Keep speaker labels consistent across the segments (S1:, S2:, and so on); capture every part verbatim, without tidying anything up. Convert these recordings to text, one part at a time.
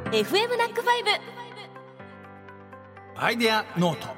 S1: エフエム ナックファイブ
S2: アイデアノート。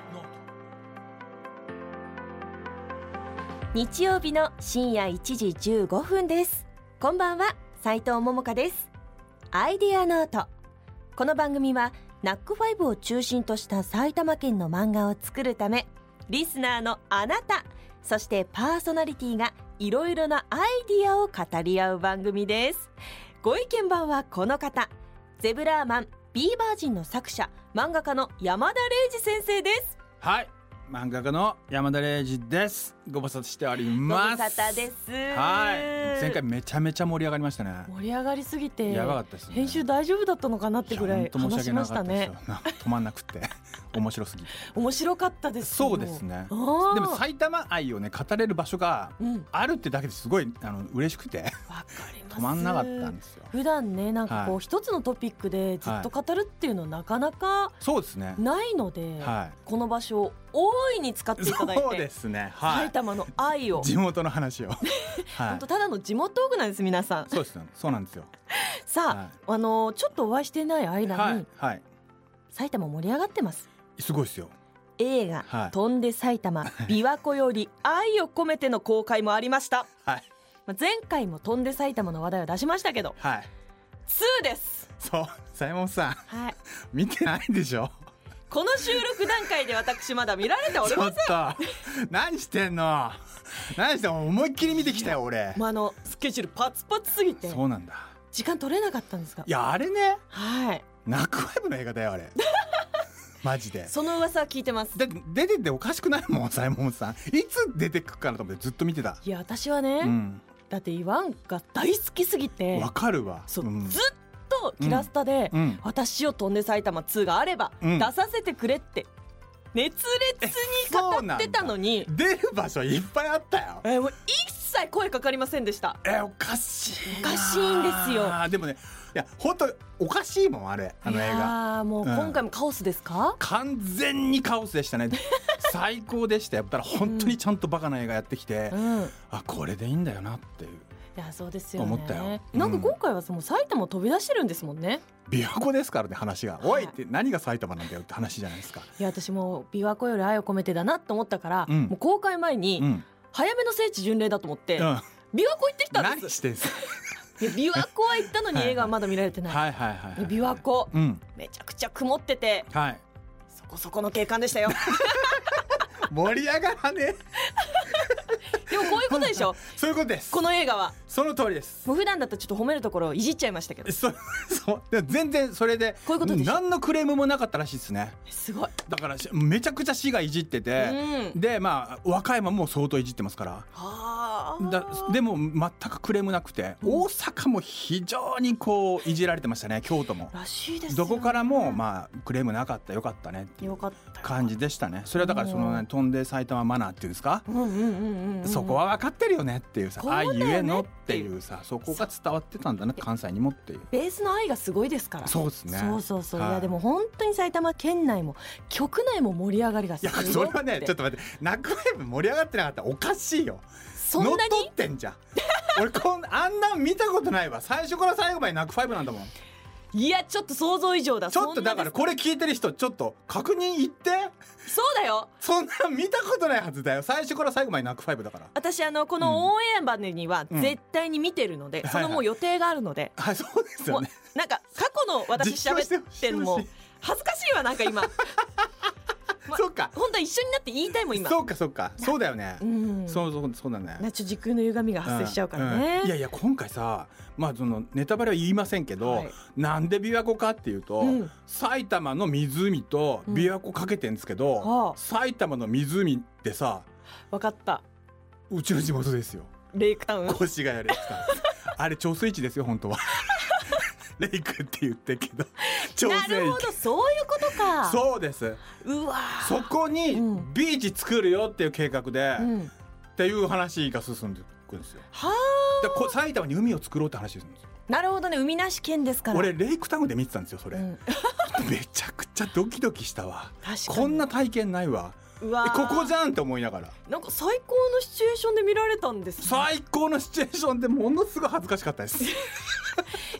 S1: 日曜日の深夜いちじじゅうごふんです。こんばんは、斉藤桃香です。アイデアノート。この番組はナックファイブを中心とした埼玉県の漫画を作るため、リスナーのあなた、そしてパーソナリティがいろいろなアイディアを語り合う番組です。ご意見番はこの方、ゼブラーマン B バージンの作者、漫画家の山田礼二先生です。
S2: はい、漫画家の山田礼二です。ご無沙汰しております。
S1: ご無沙汰です。
S2: はい、前回めちゃめちゃ盛り上がりましたね。
S1: 盛り上がりすぎて
S2: やばかったですね。
S1: 編集大丈夫だったのかなってぐらい話しましたね。
S2: 止まんなくて面白すぎて
S1: 面白かったです。
S2: そうですね。でも埼玉愛をね語れる場所があるってだけですごい、うん、あの嬉しくて
S1: わかります。
S2: 止まんなかったんですよ。
S1: 普段ね、なんかこう、はい、一つのトピックでずっと語るっていうのはなかなかないので、はい、この場所を大いに使っていただいて、
S2: そうですね、はい、
S1: 埼玉の愛を、
S2: 地元の話を、はい、
S1: 本当ただの地元トークなんです、皆さん。
S2: そうですね、そうなんですよ。
S1: さあ、はい、あのちょっとお会いしてない間に、はいはい、埼玉盛り上がってます。
S2: すごいですよ。
S1: 映画、はい、飛んで埼玉琵琶湖より愛を込めての公開もありました、はい、前回も飛んで埼玉の話題を出しましたけど、はい、ツーです。
S2: そう、左衛門さん、はい、見てないでしょ。
S1: この収録段階で私まだ見られておりません。
S2: ちょっと何してんの何してんの。思いっきり見てきたよ俺。
S1: もうあのスケジュールパツパツすぎて、
S2: そうなんだ、
S1: 時間取れなかったんですか。
S2: いやあれね、
S1: はい、
S2: ナックファイブの映画だよあれマジで。
S1: その噂は聞いてます。
S2: だって出てっておかしくないもん、左衛門さん。いつ出てくかなと思ってずっと見てた。
S1: いや私はね、うん、だってイワンが大好きすぎて。
S2: わかるわ。
S1: そう、うん、ずっとキラスタで、うん、私を飛んで埼玉ツーがあれば、うん、出させてくれって熱烈に語ってたのに、
S2: 出る場所いっぱいあったよ。
S1: えー、もう一切声かかりませんでした。
S2: えー、おかしい。
S1: おかしいんですよ。
S2: でもね、いや本当おかしいもんあれ、あの映画。
S1: あ、もう今回もカオスですか、うん、
S2: 完全にカオスでしたね最高でした。やっぱり本当にちゃんとバカな映画やってきて、うん、あ、これでいいんだよなっていう。
S1: いやそうですよね、
S2: 思ったよ、
S1: うん、なんか今回はもう埼玉飛び出してるんですもんね。
S2: 琵琶湖ですからね、話が、はい、おいって何が埼玉なんだよって話じゃないですか。
S1: いや私も琵琶湖より愛を込めてだなと思ったから、うん、もう公開前に、うん、早めの聖地巡礼だと思って、うん、琵琶湖行ってきたんです。
S2: 何してんすか
S1: いや琵琶湖は行ったのに映画はまだ見られてない。
S2: はいはいはいはい、
S1: 琵琶湖、うん、めちゃくちゃ曇ってて、はい、そこそこの景観でしたよ
S2: 盛り上がらね
S1: でもこういうことでしょ
S2: そういうことです。
S1: この映画は
S2: その通りです。
S1: もう普段だったらちょっと褒めるところをいじっちゃいましたけど、
S2: そそうで全然それで
S1: こういうことでしょ。
S2: 何のクレームもなかったらしいですね。
S1: すごい。
S2: だからめちゃくちゃ市がいじってて、うん、でまあ和歌山も相当いじってますから、はだでも全くクレームなくて、うん、大阪も非常にこういじられてましたね。京都も
S1: らしいですよね。
S2: どこからもまあクレームなかった、よかったねっていう感じでしたね。それはだからその、ね、飛んで埼玉マナーっていうんですか、うんうんうんうん、そこは分かってるよねっていうさ、愛ゆえのっていうさ、そこが伝わってたんだな関西にもっていう。
S1: ベースの愛がすごいですから。
S2: そうですね。
S1: そうそうそう、はい、いやでも本当に埼玉県内も局内も盛り上がりがすごい。いや
S2: それはね、ちょっと待って、ナックファイブ盛り上がってなかったらおかしいよ。
S1: そんなに
S2: 乗っ取ってんじゃん俺こんあんなん見たことないわ。最初から最後までナックファイブなんだもん。
S1: いやちょっと想像以上だ。
S2: ちょっとだからこれ聞いてる人ちょっと確認言って。
S1: そうだよ、
S2: そんな見たことないはずだよ。最初から最後までナックファイブだから。
S1: 私あのこのオンエアまでには絶対に見てるので、うん、そのもう予定があるので、
S2: はいはい、そうですよね。
S1: なんか過去の私喋ってるのも恥ずかしいわなんか今ま、そうか、本当は一緒になって言いたいもん今。
S2: そうかそうか、そうだよね、うん、そうそうそうだね。
S1: なちょ時空の歪みが発生しちゃうからね、
S2: うん、いやいや今回さ、まあそのネタバレは言いませんけど、はい、なんで琵琶湖かっていうと、うん、埼玉の湖と琵琶湖かけてんですけど、うんはあ、埼玉の湖ってさ、
S1: 分かった、
S2: うちの地元ですよ。
S1: レイクタウン、
S2: 越谷レイクタウンあれ貯水池ですよ本当はレイクって言ってるけど
S1: なるほど、そういうことか。
S2: そうです。
S1: うわ、
S2: そこにビーチ作るよっていう計画で、うん、っていう話が進んでいくんですよ。はあ。埼玉に海を作ろうって話でするんですよ。
S1: なるほどね、海なし県ですから。
S2: 俺レイクタウンで見てたんですよそれ、うん、めちゃくちゃドキドキしたわ。確かにこんな体験ないわ。うわ、ここじゃんって思いながら、
S1: なんか最高のシチュエーションで見られたんですね。
S2: 最高のシチュエーションでものすごい恥ずかしかったです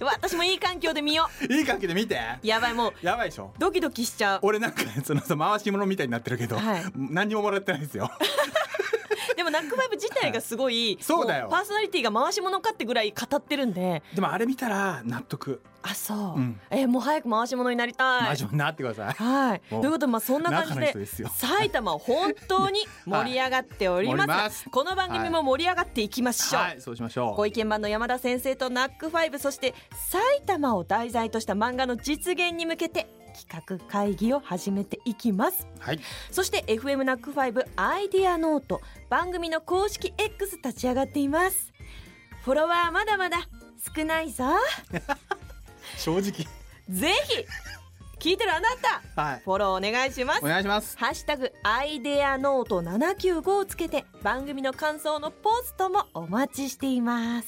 S1: 私もいい環境で見よ
S2: う。いい環境で見て。
S1: やばい、もう
S2: やばいでしょ。
S1: ドキドキしちゃう。
S2: 俺なんかその回し物みたいになってるけど、はい、何にももらってないですよ。
S1: でもナックファイブ自体がすごい、
S2: そうだよ、
S1: パーソナリティが回し物かってぐらい語ってるんで。
S2: でもあれ見たら納得。
S1: あ、そう、うん、えー、もう早く回し物になりたい。
S2: 回し物になってください。
S1: はい、ということで、まあ、そんな感じで埼玉本当に盛り上がっております、はい、ますこの番組も盛り上がっていきましょう。
S2: はい、はい、そうしましょう。
S1: ご意見番の山田先生とナックファイブ、そして埼玉を題材とした漫画の実現に向けて企画会議を始めていきます、はい、そして エフエム ナックファイブアイディアノート番組の公式 X 立ち上がっています。フォロワーまだまだ少ないぞ。
S2: 正直
S1: ぜひ聞いてるあなた、はい、フォローお願いします。
S2: お願いします。
S1: ハッシュタグアイデアノートななきゅうごをつけて番組の感想のポストもお待ちしています。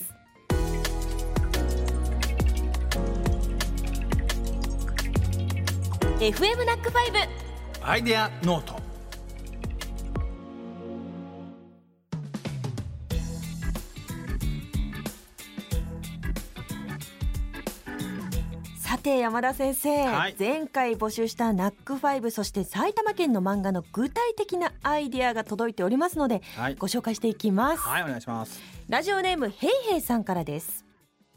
S1: エフエム ナックファイブ
S2: アイデアノート。
S1: さて山田先生、はい、前回募集したナックファイブ、そして埼玉県の漫画の具体的なアイデアが届いておりますので、はい、ご紹介していきます。
S2: はい、お願いします。
S1: ラジオネームヘイヘイさんからです。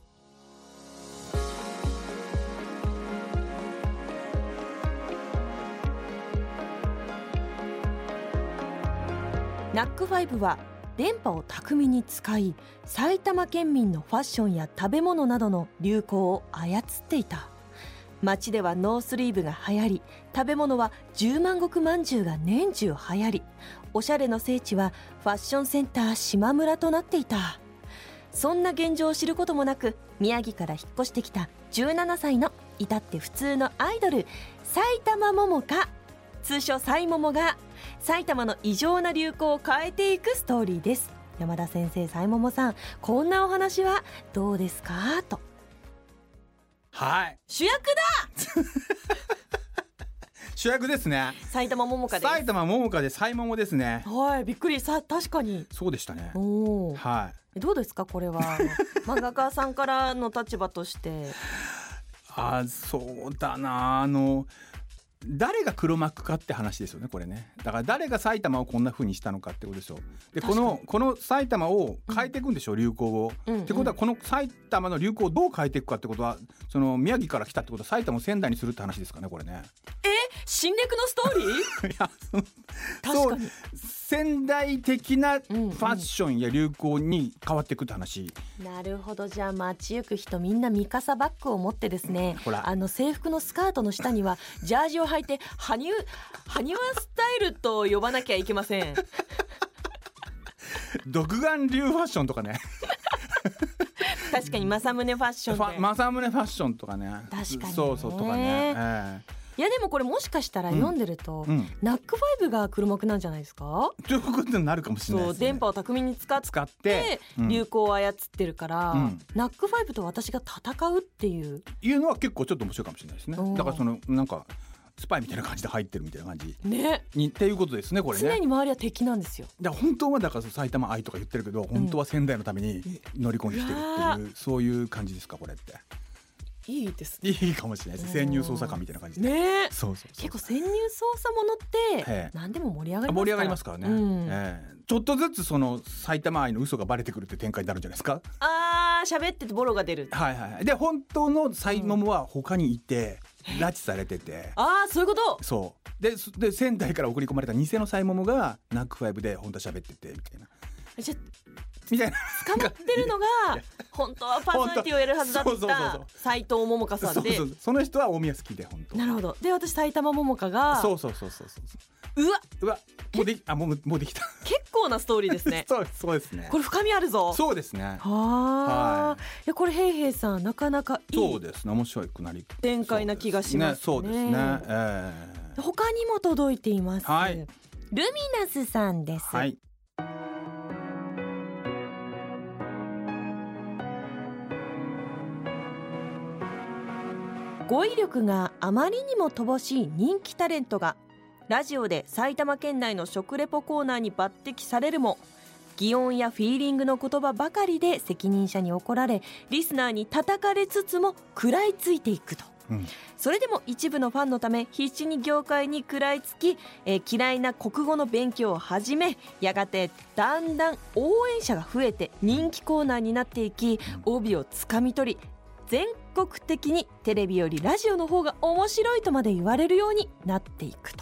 S1: ナックファイブは電波を巧みに使い、埼玉県民のファッションや食べ物などの流行を操っていた。街ではノースリーブが流行り、食べ物は十万石まんじゅうが年中流行り、おしゃれの聖地はファッションセンター島村となっていた。そんな現状を知ることもなく、宮城から引っ越してきたじゅうななさいの至って普通のアイドル、埼玉桃香、通称サイモモが埼玉の異常な流行を変えていくストーリーです。山田先生、サイモモさん、こんなお話はどうですかと。
S2: はい、
S1: 主役だ
S2: 主役ですね。
S1: 埼玉桃香です。
S2: 埼玉桃香でサイモモですね。
S1: はい、びっくりさ、確かに
S2: そうでしたね。
S1: お、
S2: はい、
S1: どうですかこれは。漫画家さんからの立場として。
S2: あ、そうだな、あの誰が黒幕かって話ですよね、これね。だから誰が埼玉をこんな風にしたのかってことですよ。で、このこの埼玉を変えていくんでしょ、うん、流行を、うんうん、ってことはこの埼玉の流行をどう変えていくかってことは、その宮城から来たってことは埼玉を仙台にするって話ですかね、これね。
S1: え、侵略のストーリー？いや、確かに
S2: 仙台的なファッションや流行に変わっていくって話、
S1: うんうん、なるほど。じゃあ街行く人みんなミカサバッグを持ってですね、ほら、あの制服のスカートの下にはジャージを履いて羽生羽生スタイルと呼ばなきゃいけません。
S2: 独眼流ファッションとかね。
S1: 確かに正宗ファッションで、
S2: 正宗ファッションとかね。
S1: 確かにね。
S2: そうそうとかね、えー
S1: いやでもこれもしかしたら読んでると、うんうん、ナックファイブが黒幕なんじゃないですか。
S2: ということになるかもしれないですね。
S1: そう、電波を巧みに使って
S2: 使って、うん、
S1: 流行を操ってるから、うん、ナックファイブと私が戦うっていう
S2: いうのは結構ちょっと面白いかもしれないですね。だからそのなんかスパイみたいな感じで入ってるみたいな感じ
S1: ね
S2: にっていうことですね、これね。
S1: 常に周りは敵なんですよ。
S2: だから本当はだから埼玉愛とか言ってるけど、本当は仙台のために乗り込んできてるっていう、うん、そういう感じですか、これって。
S1: いいです
S2: ね。いいかもしれないです。潜入捜査官みたいな感じで。
S1: ね。
S2: そうそうそう。
S1: 結構潜入捜査ものって何でも盛り上がりますから。
S2: 盛り上がりますからね。うん、えー、ちょっとずつその埼玉愛の嘘がバレてくるって展開になるんじゃないですか。
S1: あー、喋っててボロが出る。
S2: はいはい。で本当のサイモモは他にいて、うん、拉致されてて。
S1: あー、そういうこと。
S2: そう。でで仙台から送り込まれた偽のサイモモがナックファイブで本当は喋っててみたいな。
S1: じゃ
S2: みたいな
S1: 捕まってるのが本当はパーソナリティをやるはずだった斉藤桃香さんで、
S2: そうそうそう、その人は大宮好きで本当。
S1: なるほど。で私埼玉桃香が、
S2: そうそうそうそうそう、
S1: うわ
S2: うわ、もうできあもうもうできた。
S1: 結構なストーリーですね。
S2: そうそうですね。
S1: これ深みあるぞ。
S2: そうですね。は
S1: あ、いやこれヘイヘイさんなかなかいい、
S2: そうですね、面白いくなり
S1: 展開な気がしますね。
S2: そうですね。え
S1: ー、他にも届いています。
S2: はい、
S1: ルミナスさんです。
S2: はい。
S1: 語彙力があまりにも乏しい人気タレントがラジオで埼玉県内の食レポコーナーに抜擢されるも、 擬音やフィーリングの言葉ばかりで責任者に怒られ、リスナーに叩かれつつも食らいついていくと、うん、それでも一部のファンのため必死に業界に食らいつき、えー、嫌いな国語の勉強を始め、やがてだんだん応援者が増えて人気コーナーになっていき、帯をつかみ取り、全国的にテレビよりラジオの方が面白いとまで言われるようになっていくと。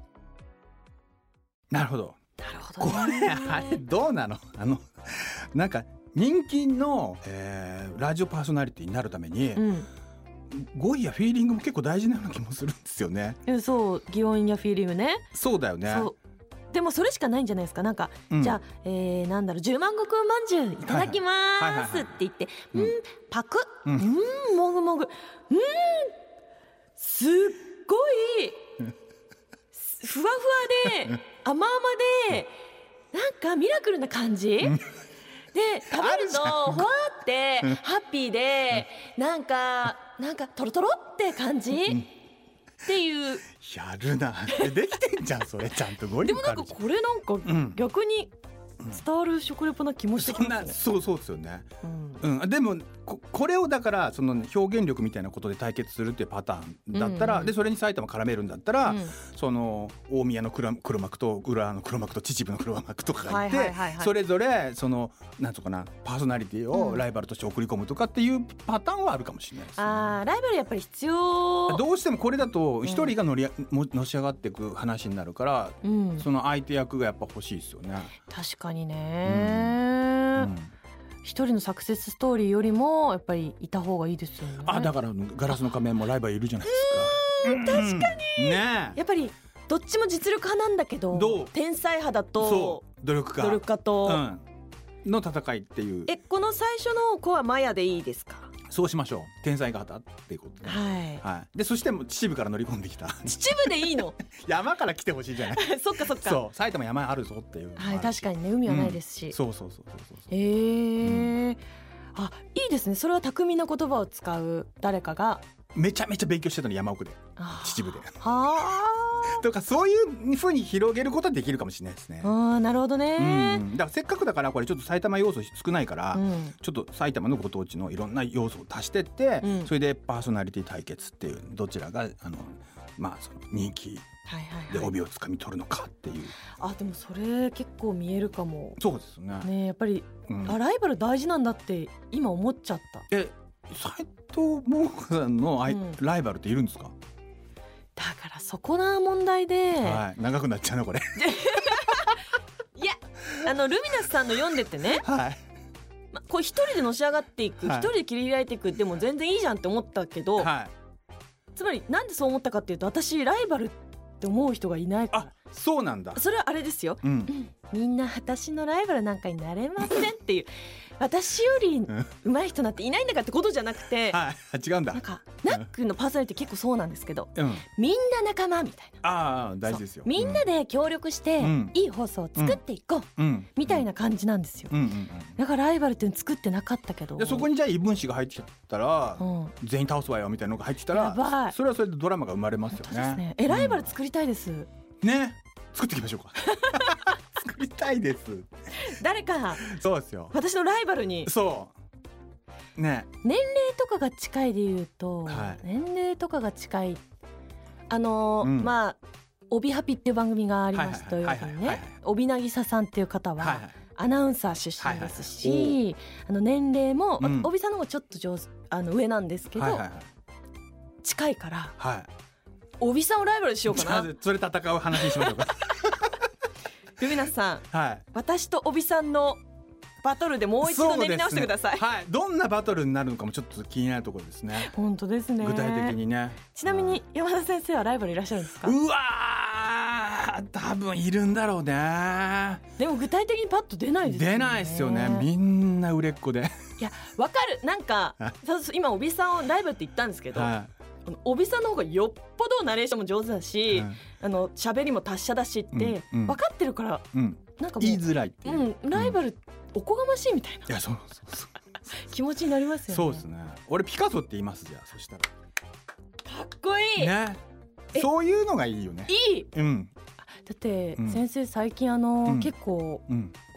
S2: なるほど。
S1: なるほど、ね、
S2: これあれどうなの、あのなんか人気の、えー、ラジオパーソナリティになるために、うん、語彙やフィーリングも結構大事なような気もするんですよね。
S1: そう、擬音やフィーリングね。
S2: そうだよね。そう
S1: でもそれしかないんじゃないですか。なんか、うん、じゃあ、えー、なんだろう、十万石まんじゅういただきますって言って、うん、うんパクッ、うん、うんもぐもぐ、うんすっごいふわふわで甘々でなんかミラクルな感じで、食べるとほわってハッピーでなんかなんかトロトロって感じっていう。
S2: やるな、できてんじゃんそれ、ちゃんと語彙力あるじゃん。
S1: でもなんかこれなんか逆に伝わる食レポな気もしてきますね。
S2: そうそうですよね、うんうん、でも こ, これをだからその表現力みたいなことで対決するっていうパターンだったら、うんうん、でそれに埼玉絡めるんだったら、うん、その大宮の 黒, 黒幕と裏の黒幕と秩父の黒幕とかがいて、はいはいはいはい、それぞれそのなんとかなパーソナリティをライバルとして送り込むとかっていうパターンはあるかもしれないですね、うん、
S1: あライバルやっぱり必要。ど
S2: うしてもこれだと一人が乗り、うん、のし上がっていく話になるから、うん、その相手役がやっぱ欲しいですよね。
S1: 確かにね、うんうん、一人のサクセスストーリーよりもやっぱりいた方がいいですよね。
S2: あだからガラスの仮面もライバルいるじゃないです
S1: か。うん確かに、ね、やっぱりどっちも実力派なんだけど、ど天才派だと
S2: そう努力家
S1: 努力家と、
S2: うん、の戦いっていう。
S1: えこの最初の子はマヤでいいですか。
S2: そうしましょう。天才型っていうことで、はいはい、でそして秩父から乗り込んできた。
S1: 秩父でいいの
S2: 山から来てほしいじゃない
S1: そっかそっか。
S2: そう埼玉山あるぞっていう、
S1: はい、確かにね海はないですし、
S2: うん、そうそうそうそうそう。
S1: えーうん、あいいですね。それは巧みな言葉を使う誰かが
S2: めちゃめちゃ勉強してたの山奥で秩父ではとかそういう風に広げることはできるかもしれないですね。
S1: あなるほどね、
S2: うん、だからせっかくだからこれちょっと埼玉要素少ないから、うん、ちょっと埼玉のご当地のいろんな要素を足してって、うん、それでパーソナリティ対決っていうどちらがあの、まあ、その人気で帯をつかみ取るのかっていう、はいはい
S1: はい、あでもそれ結構見えるかも。
S2: そうですね。
S1: ねやっぱり、うん、あライバル大事なんだって今思っちゃった。
S2: え斉藤桃子さんの、うん、ライバルっているんですか。
S1: だからそこな問題で、
S2: はい、長くなっちゃうなこれ
S1: いやあのルミナスさんの読んでてね、はいま、こう一人でのし上がっていく、一、はい、人で切り開いていくでも全然いいじゃんって思ったけど、はい、つまりなんでそう思ったかっていうと私ライバルって思う人がいないから。
S2: あそうなんだ。
S1: それはあれですよ、うんうん、みんな私のライバルなんかになれませんっていう私より上手い人なんていないんだからってことじゃなくて、
S2: はい、違うんだ。
S1: なんかナックのパーソナリティ結構そうなんですけど、うん、みんな仲間みたいな。
S2: ああ大事ですよ。
S1: みんなで協力していい放送を作っていこう、うん、みたいな感じなんですよ、うんうんうん、だからライバルっていうの作ってなかったけど、
S2: でそこにじゃあ異分子が入ってきたら、うん、全員倒すわよみたいなのが入ってきたらやばい。それはそれでドラマが生まれますよ ね, ですね。
S1: えライバル作りたいです、うん、ね
S2: 作っていきましょうか作りたいです
S1: 誰か
S2: そうですよ
S1: 私のライバルに。
S2: そうね
S1: 年齢とかが近いで言うと、はい、年齢とかが近いあのーうん、まあ帯ハピっていう番組がありましたよね。帯渚さんっていう方は、はいはい、アナウンサー出身ですし、はいはいはい、あの年齢も、うん、帯さんの方がちょっと上手あの上なんですけど、はいはいはい、近いから、はい、帯さんをライバルにしようかな。
S2: それ戦う話にしましょうか
S1: ルミナスさん、はい、私と帯さんのバトルでもう一度練り直してください、ね
S2: はい、どんなバトルになるのかもちょっと気になるところですね。
S1: 本当ですね。
S2: 具体的にね。
S1: ちなみに山田先生はライバルいらっしゃるんですか。
S2: うわー多分いるんだろうね。
S1: でも具体的にパッと出ないですよね。
S2: 出ないですよね。みんな売れっ子で
S1: いやわかる。なんか今帯さんをライバルって言ったんですけど、はい、帯さんの方がよっぽどナレーションも上手だし、はい、あの喋りも達者だしって、うんうん、分かってるから、うん、なんかもう
S2: 言いづらいっていう、
S1: うん、ライバルおこがましいみたいな、
S2: いやそうそうそう
S1: 気持ちになりますよね。
S2: そうですね。俺ピカソって言います。じゃあそしたらか
S1: っこいい
S2: ね。そういうのがいいよね。
S1: いい、うん、だって、うん、先生最近あの、うん、結構、うん、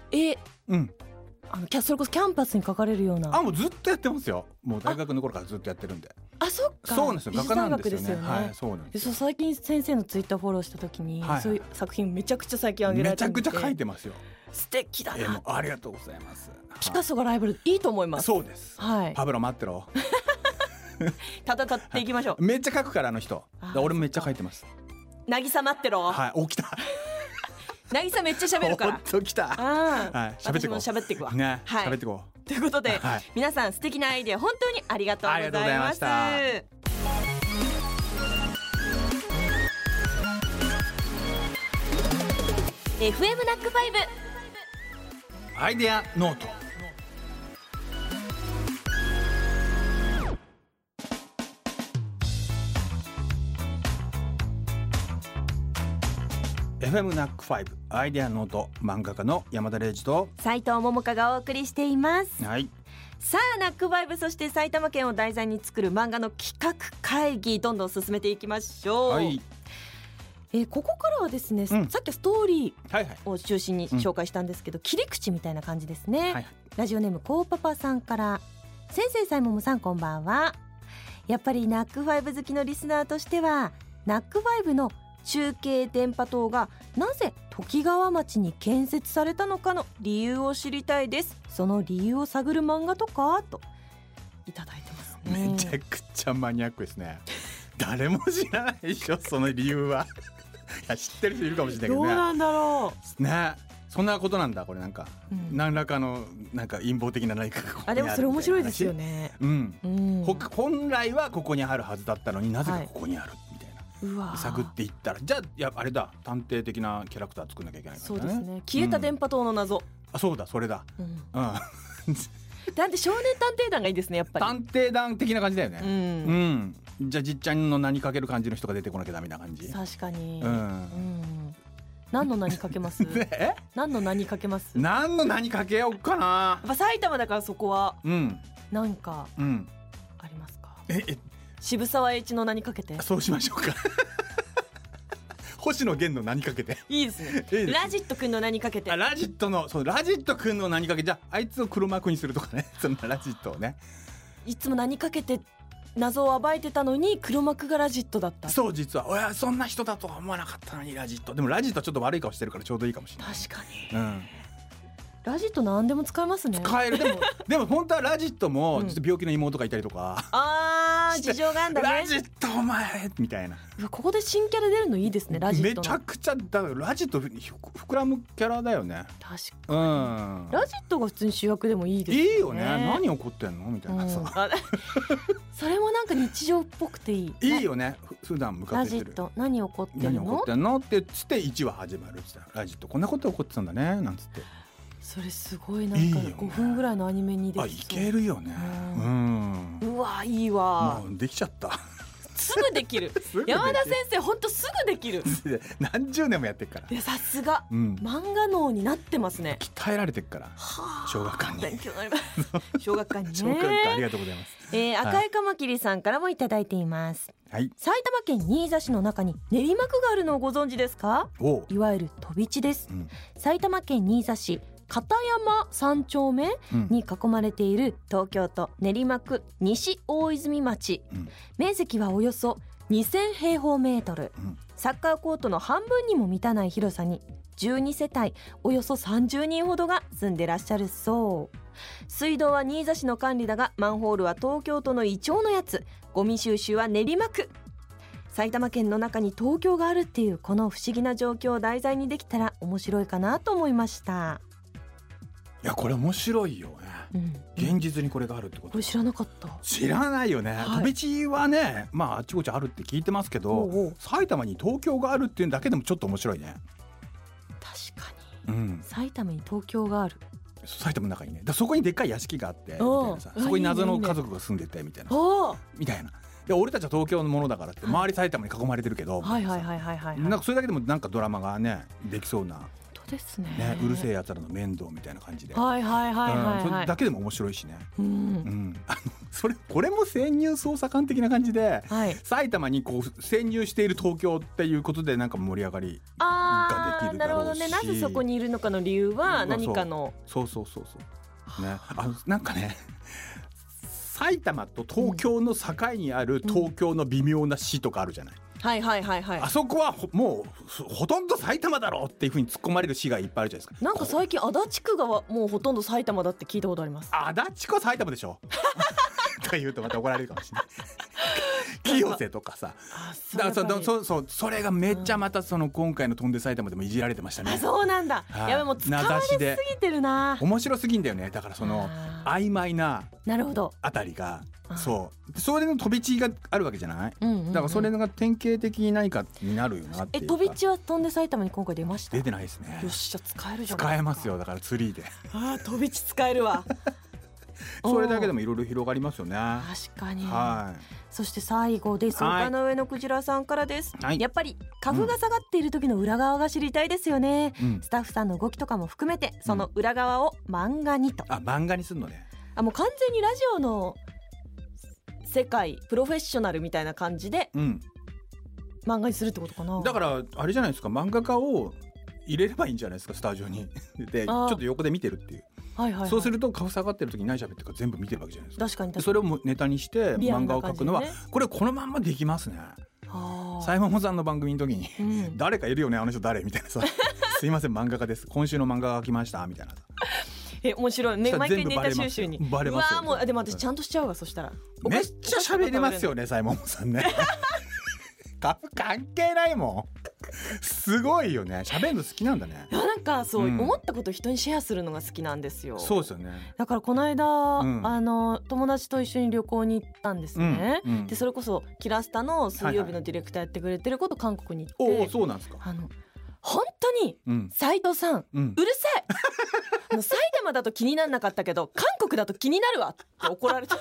S1: え
S2: うん
S1: あのそれこそキャンパスに書かれるような。
S2: あもうずっとやってますよ。もう大学の頃からずっとやってるんで。
S1: あそっか。
S2: そうなんですよ。画家なんですよね。
S1: ですよね。
S2: はいそうなんです
S1: そう最近先生のツイッターフォローした時に、はい、そういう作品めちゃくちゃ最近あげられてるんで
S2: めちゃくちゃ書いてますよ。
S1: 素敵だな。
S2: えー、もうありがとうございます。
S1: ピカソがライバルいいと思います。
S2: そうです、
S1: はい、
S2: パブロ待ってろ
S1: 戦っていきましょう。
S2: めっちゃ書くからあの人。だ俺もめっちゃ書いてます。
S1: 渚待ってろ。
S2: はい起きた
S1: 渚めっちゃ喋るから。
S2: ほんと来た。
S1: あ
S2: はい喋ってこう。
S1: 私も喋っていくわ
S2: ね
S1: はい、
S2: 喋ってこう
S1: ということで、
S2: はい、
S1: 皆さん素敵なアイデア本当にありがとうございます。ありがとうございました。エフエム ナックファイブ
S2: アイデアノート。エフエム ナックファイブアイデアノート、漫画家の山田礼二と
S1: 斉藤桃香がお送りしています。
S2: はい。
S1: さあナックファイブ、そして埼玉県を題材に作る漫画の企画会議、どんどん進めていきましょう。はい、えー、ここからはですね、うん、さっきストーリーを中心に紹介したんですけど、はいはい、切り口みたいな感じですね。はいはい、ラジオネームコーパパさんから、先生サイモムさんこんばんは。やっぱりナックファイブ好きのリスナーとしては、ナックファイブの中継電波塔がなぜときがわ町に建設されたのかの理由を知りたいです。その理由を探る漫画とかといただいてますね。
S2: めちゃくちゃマニアックですね誰も知らないでしょその理由は。いや知ってる人いるかもしれないけどね。
S1: どうなんだろうね。
S2: そんなことなんだこれ。なんか、うん、何らかのなんか陰謀的な何かがここにある。
S1: あでもそれ面白いですよね。
S2: うん、うん、本来はここにあるはずだったのになぜかここにある、はい、うわ探っていったら、じゃあいやあれだ、探偵的なキャラクター作んなきゃいけないからね。
S1: そうですね。消えた電波塔の謎、うん、
S2: あそうだそれだ、うん、うん
S1: なんで少年探偵団がいいですねやっぱり。
S2: 探偵団的な感じだよね。うん、
S1: うん、
S2: じゃあじっちゃんの名にかける感じの人が出てこなきゃダメな感じ。
S1: 確かに、うんうん、何の名にかけます
S2: え
S1: 何の名にかけます
S2: 何の名にかけようかな。
S1: やっぱ埼玉だからそこは、うん、なんか、
S2: うん、
S1: ありますか。
S2: ええ
S1: 渋沢栄一の名にかけて。
S2: そうしましょうか星野源の名にかけて。
S1: いいですね。いいですね。ラジット君の名にかけて。
S2: あラジットのそうラジット君の名にかけて、じゃああいつを黒幕にするとかね。そのラジットをね、
S1: いつも名にかけて謎を暴いてたのに黒幕がラジットだった。
S2: そう実はおやそんな人だとは思わなかったのにラジット。でもラジットはちょっと悪い顔してるからちょうどいいかもしれない。
S1: 確かに、
S2: うん、
S1: ラジット何でも使えますね。
S2: 使える。でもでも本当はラジットも実は病気の妹がいたりとか、
S1: うん、あー事情があるんだね。
S2: ラジットお前みたいな。
S1: ここで新キャラ出るのいいですね。ラジットの
S2: めちゃくちゃだからラジット膨らむキャラだよね。
S1: 確かに、うん、ラジットが普通に主役でもいいですね。
S2: いいよね。何起こってんのみたいなさ、うん、
S1: それもなんか日常っぽくていい。
S2: いいよね。普段向かってる
S1: ラジット何起こってんの
S2: 何起こってんのってつっていちわ始まるっつったらラジットこんなこと起こってたんだねなんつって。
S1: それすごいなんかごふんぐらいのアニメにできそう。
S2: あいけるよね、うん、
S1: うわいいわ。
S2: もうできちゃった
S1: すぐできる山田先生ほんとすぐできる
S2: 何十年もやってるから。
S1: いやさすが、うん、漫画脳になってますね。
S2: 鍛えられてるから小学館に。
S1: 勉強になります小学館にね。
S2: 小学館ありがとうございます。
S1: えー、赤いカマキリさんからもいただいています、はい、埼玉県新座市の中に練馬区があるのをご存知ですか。いわゆる飛び地です、うん、埼玉県新座市片山三丁目に囲まれている東京都練馬区西大泉町、うん、面積はおよそにせんへいほうメートル、うん、サッカーコートの半分にも満たない広さにじゅうにせたいおよそさんじゅうにんほどが住んでらっしゃるそう。水道は新座市の管理だがマンホールは東京都のイチョウのやつ、ゴミ収集は練馬区。埼玉県の中に東京があるっていうこの不思議な状況を題材にできたら面白いかなと思いました。
S2: いやこれ面白いよね、うん、現実にこれがあるってこと。
S1: これ知らなかった。
S2: 知らないよね、はい、飛び地はねまああちこちあるって聞いてますけど、おうおう埼玉に東京があるっていうだけでもちょっと面白いね。
S1: 確かに、うん、埼玉に東京がある。
S2: 埼玉の中にねだそこにでっかい屋敷があってみたいなさ、そこに謎の家族が住んでてみたいなみたいな。で俺たちは東京のものだからって周り埼玉に囲まれてるけど、はいはいはいはいはい、なんかそれだけでもなんかドラマがねできそうな
S1: ですね。
S2: ね、うるせえやつらの面倒みたいな感じで、
S1: はいはいはいはい、はい、
S2: うん、それだけでも面白いしね、
S1: うんうん、
S2: あのそれこれも潜入捜査官的な感じで、はい、埼玉にこう潜入している東京っていうことでなんか盛り上がりができるだろうし、あ、なるほどね。
S1: なぜそこにいるのかの理由は何かの、
S2: そうそうそうそうね、あのなんかね埼玉と東京の境にある東京の微妙な市とかあるじゃない、うん、
S1: はいはいはいはい、
S2: あそこはもうほとんど埼玉だろうっていう風に突っ込まれる市がいっぱいあるじゃないですか。
S1: なんか最近足立区がもうほとんど埼玉だって聞いたことあります。
S2: 足立区は埼玉でしょとか言うとまた怒られるかもしれない清瀬とかさ、だから そ, そ, そ, それがめっちゃまたその今回の飛んで埼玉でもいじられてましたね。
S1: あ、そうなんだ、はい、やべもう使われすぎてるな。
S2: 面白すぎんだよね。だからその曖昧なあたりが、そうそれの飛び地があるわけじゃない、うんうんうん、だからそれが典型的に何かになるよなっていうか。え、飛び地は飛んで埼玉に今回出ました？ 出てないですね。
S1: よっしゃ、使えるじゃん。
S2: 使えますよ。だからツリーで
S1: あー、飛び地使えるわ
S2: それだけでもいろいろ広がりますよね。
S1: 確かに、
S2: はい、
S1: そして最後です。丘の上のクジラさんからです、はい、やっぱり花粉が下がっている時の裏側が知りたいですよね、うん、スタッフさんの動きとかも含めてその裏側を漫画にと、
S2: うん、あ、漫画にするのね。
S1: あ、もう完全にラジオの世界プロフェッショナルみたいな感じで、うん、漫画にするってことかな。
S2: だからあれじゃないですか、漫画家を入れればいいんじゃないですか、スタジオにでちょっと横で見てるっていう、はいはいはい、そうすると顔下がってる時に何喋ってるか全部見てるわけじゃないですか。
S1: 確かに確かに。
S2: それをネタにして漫画を描くのは、ね、これこのまんまできますね。サイモンさんの番組の時に、うん、誰かいるよね、あの人誰みたいなさすいません漫画家です、今週の漫画が来ましたみたいな。
S1: え、面白いね。毎回ネタ収集に
S2: バレますよ。
S1: うわ、もうでも私ちゃんとしちゃうわ。そしたら
S2: めっちゃ喋れますよね、サイモンさんね関係ないもんすごいよね。喋るの好きなんだね。
S1: いや、なんかそう、うん、思ったことを人にシェアするのが好きなんですよ。
S2: そうですよね。
S1: だからこの間、うん、あの友達と一緒に旅行に行ったんですね、うんうん、でそれこそキラスタの水曜日のディレクターやってくれてること韓国に行って、はいはい、お、そうなんですか。あの本当に斉藤さん、うん、うるさいあの埼玉だと気にならなかったけど韓国だと気になるわって怒られた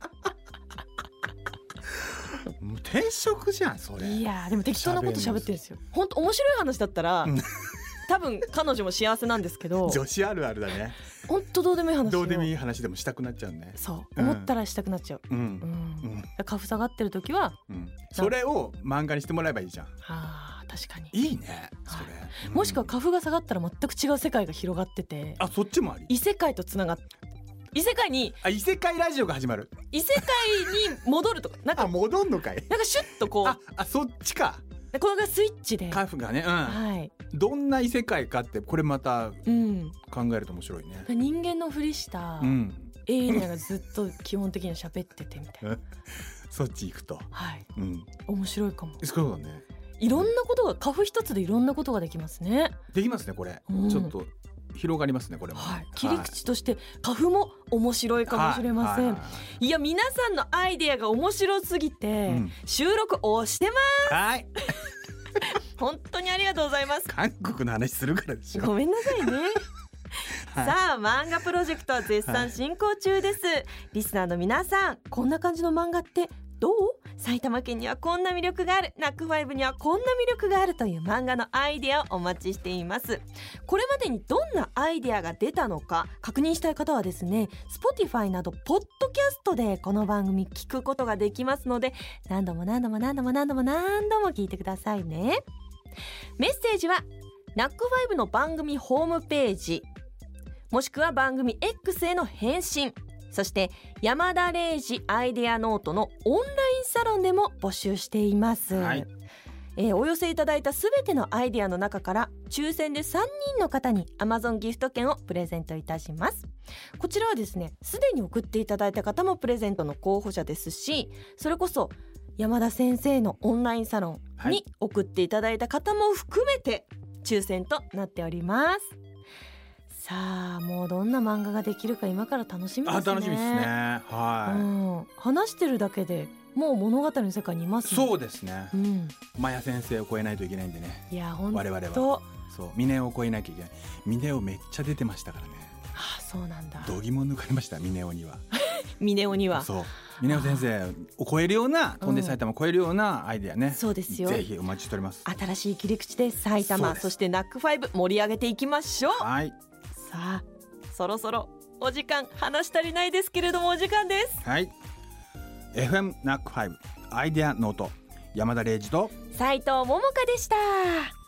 S2: もう転職じゃんそれ。
S1: いやでも適当なこと喋ってるんですよ。本当面白い話だったら多分彼女も幸せなんですけど
S2: 女子あるあるだね。
S1: 本当どうでもいい話。
S2: どうでもいい話でもしたくなっちゃうね。
S1: そう、うん、思ったらしたくなっちゃう、うんうんうん、カフ下がってる時は、
S2: うん、それを漫画にしてもらえばいいじゃん。は
S1: あ、確かに
S2: いいねそれ、
S1: うん、もしくはカフが下がったら全く違う世界が広がってて、
S2: あ、そっちもあり。
S1: 異世界とつながって異世界に
S2: あ異世界ラジオが始まる。
S1: 異世界に戻るとかなんか
S2: あ戻んのかい。
S1: なんかシュッとこう
S2: あ, あそっちか。
S1: これがスイッチで
S2: カフがね、うん、はい、どんな異世界かってこれまた考えると面白いね、
S1: うん、人間のふりしたエイリアンがずっと基本的には喋っててみたいな
S2: そっち行くと、
S1: はい、うん、面白いかも。
S2: そうだね。
S1: いろんなことがカフ一つでいろんなことができますね。
S2: できますねこれ、うん、ちょっと広がりますねこれも、
S1: はい、切り口としてカフも面白いかもしれません、はいはい、いや皆さんのアイデアが面白すぎて、うん、収録押してますはい本当にありがとうございます。
S2: 韓国の話するからでしょ。
S1: ごめんなさいねはい、さあ漫画プロジェクトは絶賛進行中です、はい、リスナーの皆さんこんな感じの漫画ってどう？埼玉県にはこんな魅力がある、ナックファイブにはこんな魅力があるという漫画のアイデアをお待ちしています。これまでにどんなアイデアが出たのか確認したい方はですね Spotify などポッドキャストでこの番組聞くことができますので何度も何度も何度も何度も何度も聞いてくださいね。メッセージはナックファイブの番組ホームページもしくは番組 X への返信、そして山田礼二アイデアノートのオンラインサロンでも募集しています、はい、えー、お寄せいただいたすべてのアイデアの中から抽選でさんにんの方に Amazon ギフト券をプレゼントいたします。こちらはですねすでに送っていただいた方もプレゼントの候補者ですし、それこそ山田先生のオンラインサロンに送っていただいた方も含めて抽選となっております。さあもうどんな漫画ができるか今から楽しみですね。
S2: あ楽しみですね、はい、うん、
S1: 話してるだけでもう物語の世界にいますね。
S2: そうですね、うん、マヤ先生を超えないといけないんでね。
S1: いや本当
S2: 我々はそう峰を超えなきゃいけない。峰をめっちゃ出てましたからね。
S1: ああそうなんだ。
S2: 度肝抜かれました峰をには
S1: 峰をには
S2: そう峰尾先生を超えるような、飛んで埼玉を超えるようなアイデアね、うん、
S1: そうですよ。
S2: ぜひお待ちしております。
S1: 新しい切り口で埼玉 そ, そしてナックファイブ盛り上げていきましょう。
S2: はい、
S1: さあそろそろお時間、話し足りないですけれどもお時間です。
S2: はい、 エフエム ナックファイブアイデアノート、山田礼二と
S1: 斉藤桃香でした。